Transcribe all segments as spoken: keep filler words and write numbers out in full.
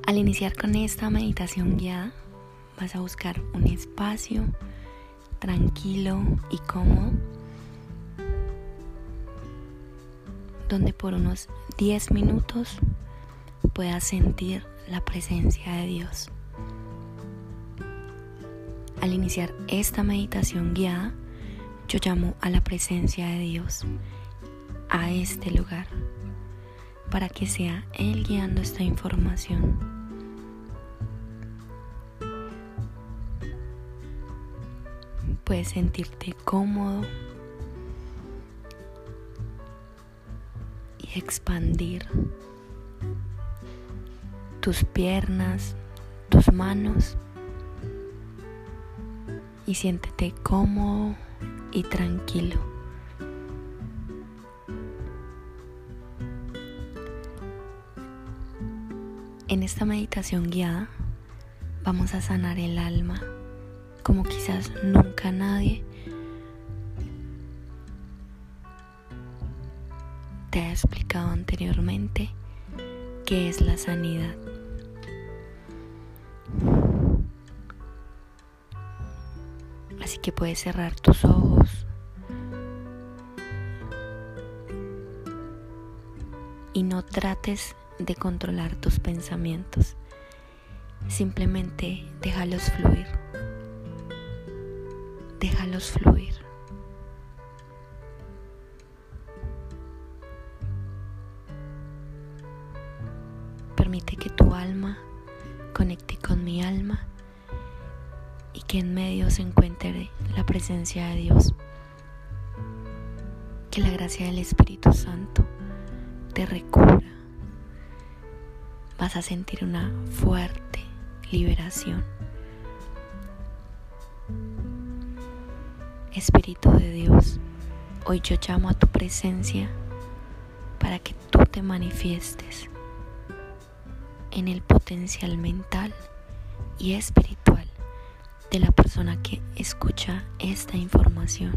Al iniciar con esta meditación guiada, vas a buscar un espacio tranquilo y cómodo, donde por unos diez minutos puedas sentir la presencia de Dios. Al iniciar esta meditación guiada, yo llamo a la presencia de Dios a este lugar, para que sea Él guiando esta información. Puedes sentirte cómodo y expandir tus piernas, tus manos, y siéntete cómodo y tranquilo. En esta meditación guiada vamos a sanar el alma como quizás nunca nadie te ha explicado anteriormente qué es la sanidad. Así que puedes cerrar tus ojos y no trates de controlar tus pensamientos. Simplemente déjalos fluir. Déjalos fluir. Permite que tu alma conecte con mi alma y que en medio se encuentre la presencia de Dios. Que la gracia del Espíritu Santo te recubra. Vas a sentir una fuerte liberación. Espíritu de Dios, hoy yo llamo a tu presencia para que tú te manifiestes en el potencial mental y espiritual de la persona que escucha esta información.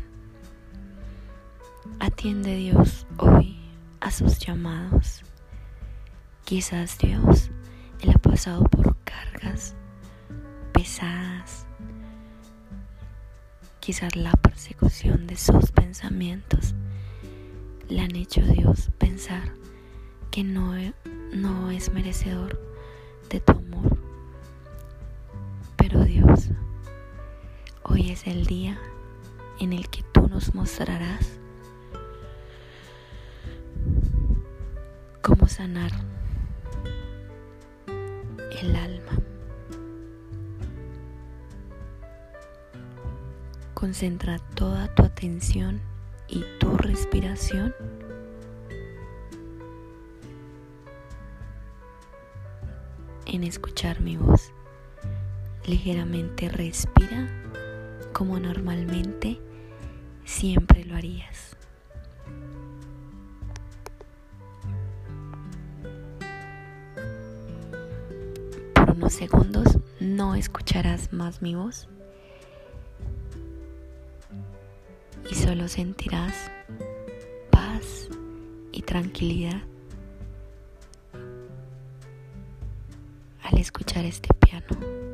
Atiende, Dios, hoy a sus llamados. Quizás Dios, Él ha pasado por cargas pesadas. Quizás la persecución de sus pensamientos le han hecho a Dios pensar que no, no es merecedor de tu amor. Pero Dios, hoy es el día en el que tú nos mostrarás cómo sanar el alma. Concentra toda tu atención y tu respiración en escuchar mi voz. Ligeramente respira como normalmente siempre lo harías. Por unos segundos no escucharás más mi voz y solo sentirás paz y tranquilidad al escuchar este piano.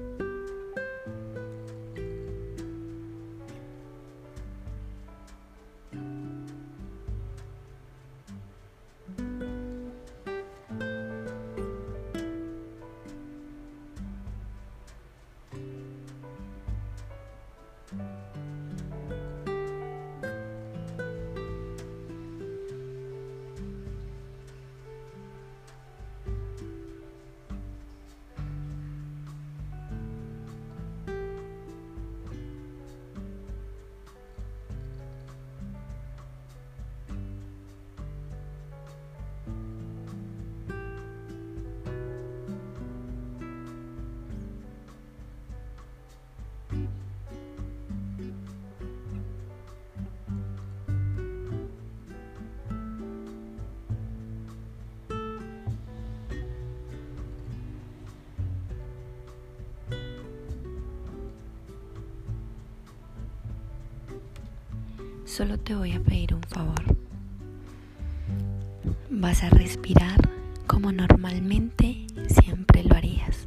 Solo te voy a pedir un favor. Vas a respirar como normalmente siempre lo harías.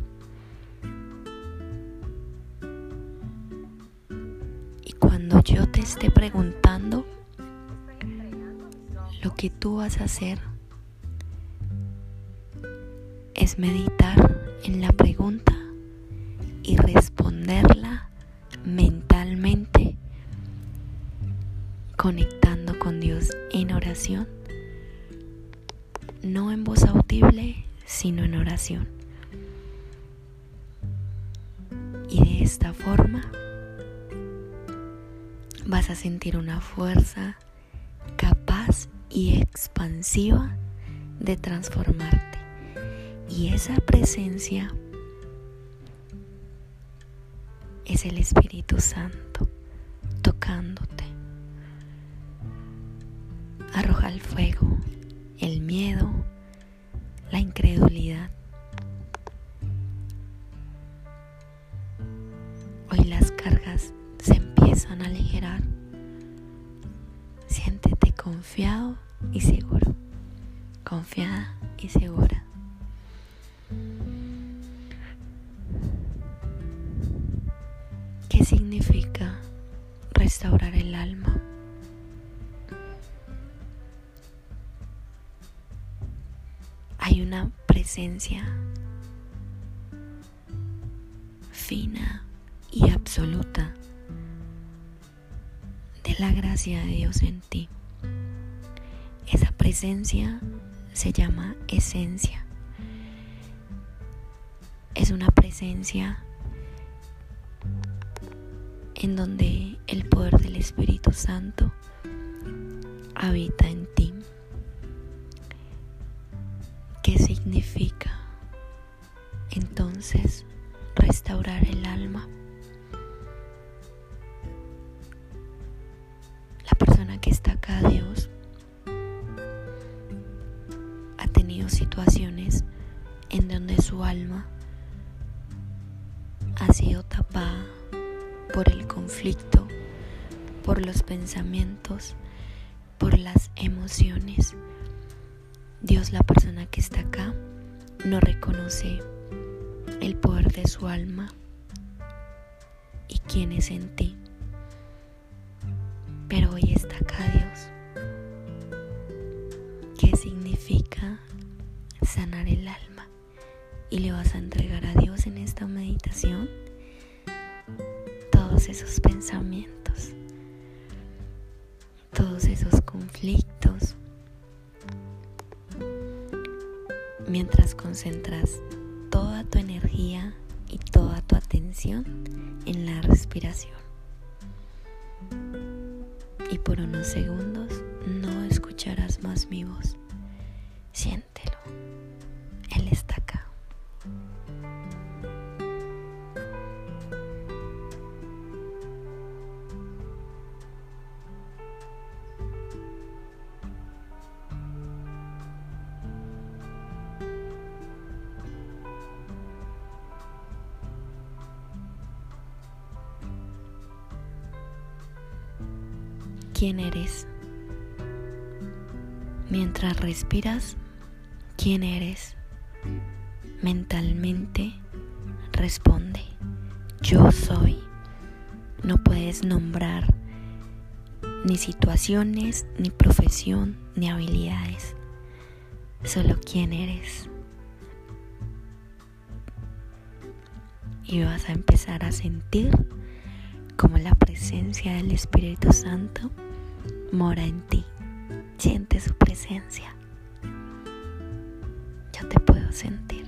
Y cuando yo te esté preguntando, lo que tú vas a hacer es meditar en la pregunta y responderla mentalmente, conectando con Dios en oración, no en voz audible, sino en oración. Y de esta forma vas a sentir una fuerza capaz y expansiva de transformarte. Y esa presencia es el Espíritu Santo tocándote. Arroja el fuego, el miedo, la incredulidad. Hoy las cargas se empiezan a aligerar. Siéntete confiado y seguro, confiada y segura. ¿Qué significa restaurar el alma? Hay una presencia fina y absoluta de la gracia de Dios en ti. Esa presencia se llama esencia. Es una presencia en donde el poder del Espíritu Santo habita en ti. ¿Qué significa entonces restaurar el alma? La persona que está acá, Dios, ha tenido situaciones en donde su alma ha sido tapada por el conflicto, por los pensamientos, por las emociones. Dios, la persona que está acá, no reconoce el poder de su alma y quién es en ti. Pero hoy está acá, Dios. ¿Qué significa sanar el alma? Y le vas a entregar a Dios en esta meditación todos esos pensamientos, todos esos conflictos, mientras concentras toda tu energía y toda tu atención en la respiración. Y por unos segundos no escucharás más mi voz. Siéntelo, Él está acá. ¿Quién eres? Mientras respiras, ¿quién eres? Mentalmente responde: yo soy. No puedes nombrar ni situaciones, ni profesión, ni habilidades. Solo quién eres. Y vas a empezar a sentir como la presencia del Espíritu Santo mora en ti. Siente su presencia. Yo te puedo sentir.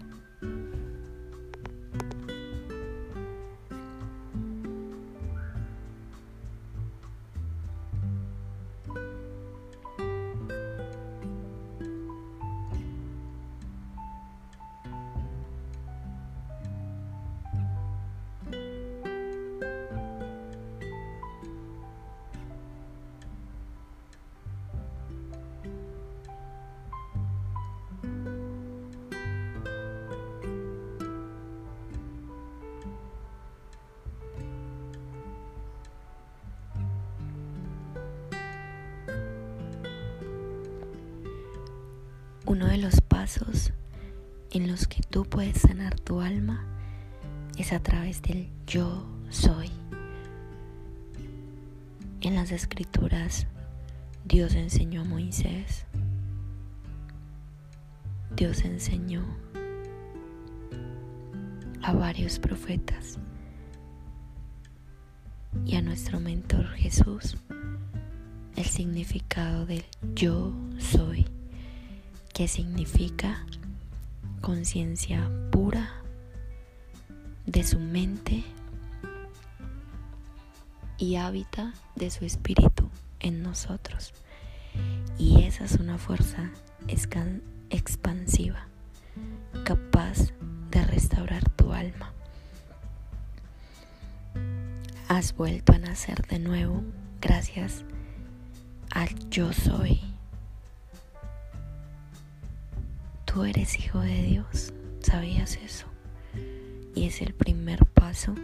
Uno de los pasos en los que tú puedes sanar tu alma es a través del yo soy. En las escrituras, Dios enseñó a Moisés, Dios enseñó a varios profetas y a nuestro mentor Jesús el significado del yo soy, que significa conciencia pura de su mente y habita de su espíritu en nosotros. Y esa es una fuerza escan- expansiva, capaz de restaurar tu alma. Has vuelto a nacer de nuevo gracias al yo soy. Tú eres hijo de Dios, ¿sabías eso? Y es el primer paso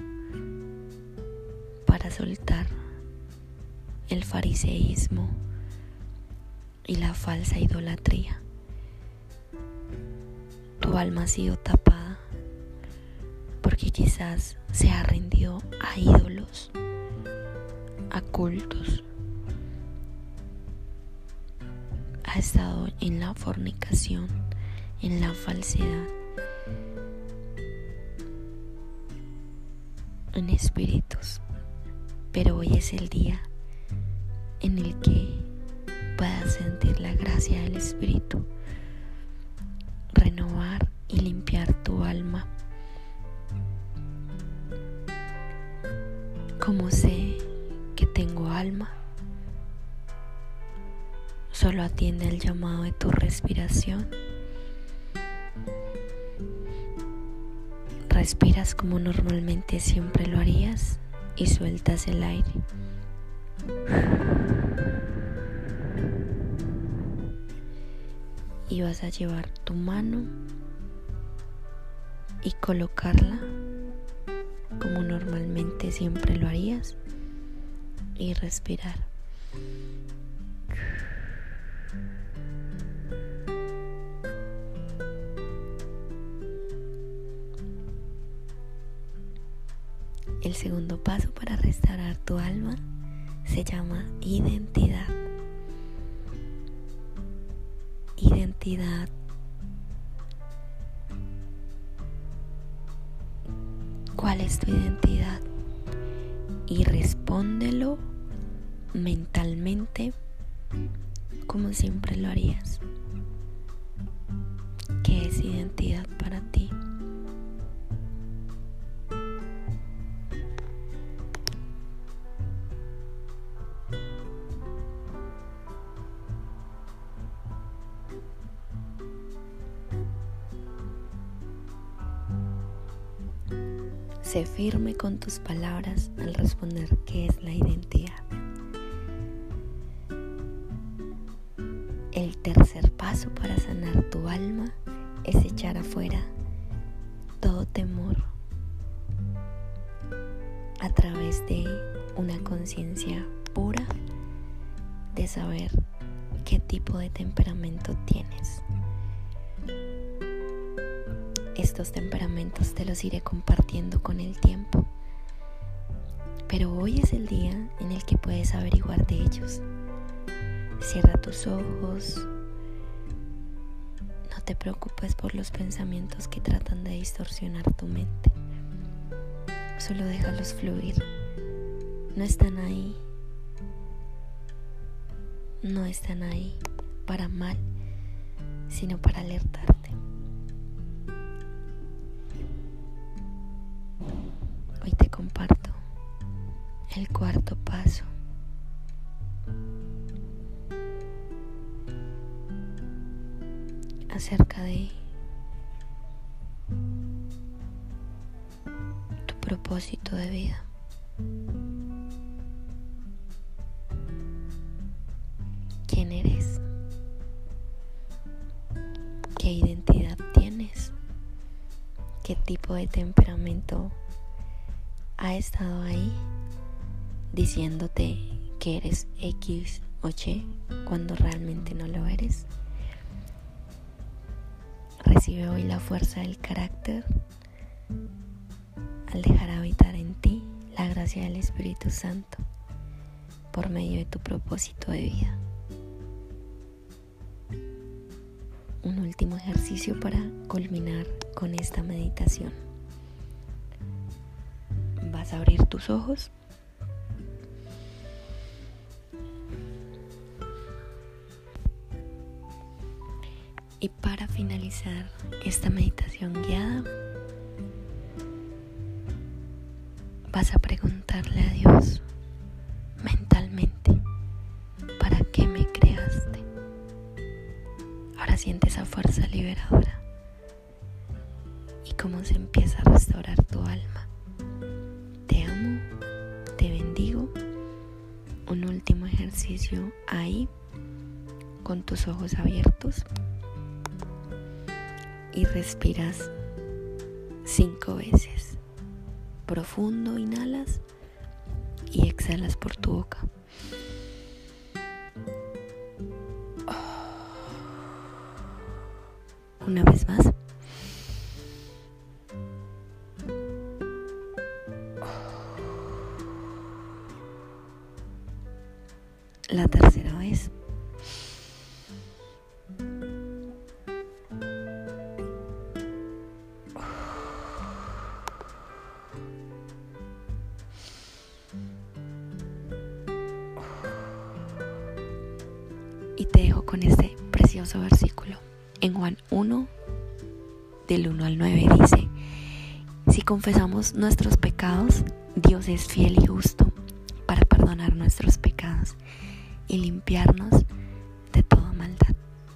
para soltar el fariseísmo y la falsa idolatría. Tu alma ha sido tapada porque quizás se ha rendido a ídolos, a cultos, ha estado en la fornicación, en la falsedad, en espíritus. Pero hoy es el día en el que puedas sentir la gracia del Espíritu, renovar y limpiar tu alma. ¿Cómo sé que tengo alma? Solo atiende al llamado de tu respiración. Respiras como normalmente siempre lo harías y sueltas el aire. Y vas a llevar tu mano y colocarla como normalmente siempre lo harías y respirar. El segundo paso para restaurar tu alma se llama identidad. Identidad. ¿Cuál es tu identidad? Y respóndelo mentalmente como siempre lo harías. ¿Qué es identidad para ti? Sé firme con tus palabras al responder qué es la identidad. El tercer paso para sanar tu alma es echar afuera todo temor a través de una conciencia pura de saber qué tipo de temperamento tienes. Estos temperamentos te los iré compartiendo con el tiempo, pero hoy es el día en el que puedes averiguar de ellos. Cierra tus ojos, no te preocupes por los pensamientos que tratan de distorsionar tu mente, solo déjalos fluir. No están ahí, no están ahí para mal, sino para alertarte. Hoy te comparto el cuarto paso. Acerca de tu propósito de vida. ¿Quién eres? ¿Qué identidad tienes? ¿Qué tipo de temperamento ha estado ahí diciéndote que eres X o Y cuando realmente no lo eres? Recibe hoy la fuerza del carácter al dejar habitar en ti la gracia del Espíritu Santo por medio de tu propósito de vida. Un último ejercicio para culminar con esta meditación. Vas a abrir tus ojos. Y para finalizar esta meditación guiada, vas a preguntarle a Dios mentalmente, ¿para qué me creaste? Ahora siente esa fuerza liberadora y cómo se empieza a restaurar tu alma. Te amo, te bendigo. Un último ejercicio ahí, con tus ojos abiertos. Y respiras cinco veces. Profundo, inhalas y exhalas por tu boca. Una vez más. La tercera vez. Y te dejo con este precioso versículo. En Juan uno, del uno al nueve dice: si confesamos nuestros pecados, Dios es fiel y justo para perdonar nuestros pecados y limpiarnos de toda maldad.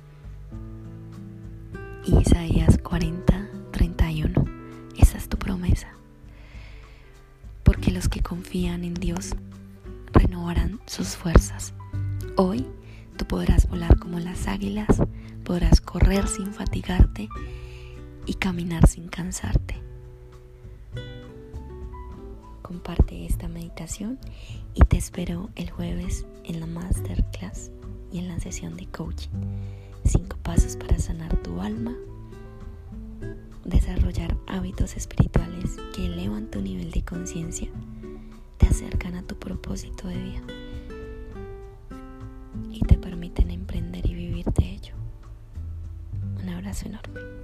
Y Isaías cuarenta, treinta y uno. Esa es tu promesa. Porque los que confían en Dios renovarán sus fuerzas. Hoy tú podrás volar como las águilas, podrás correr sin fatigarte y caminar sin cansarte. Comparte esta meditación y te espero el jueves en la masterclass y en la sesión de coaching. Cinco pasos para sanar tu alma, desarrollar hábitos espirituales que elevan tu nivel de conciencia, te acercan a tu propósito de vida y te permiten emprender y vivir de ello. Un abrazo enorme.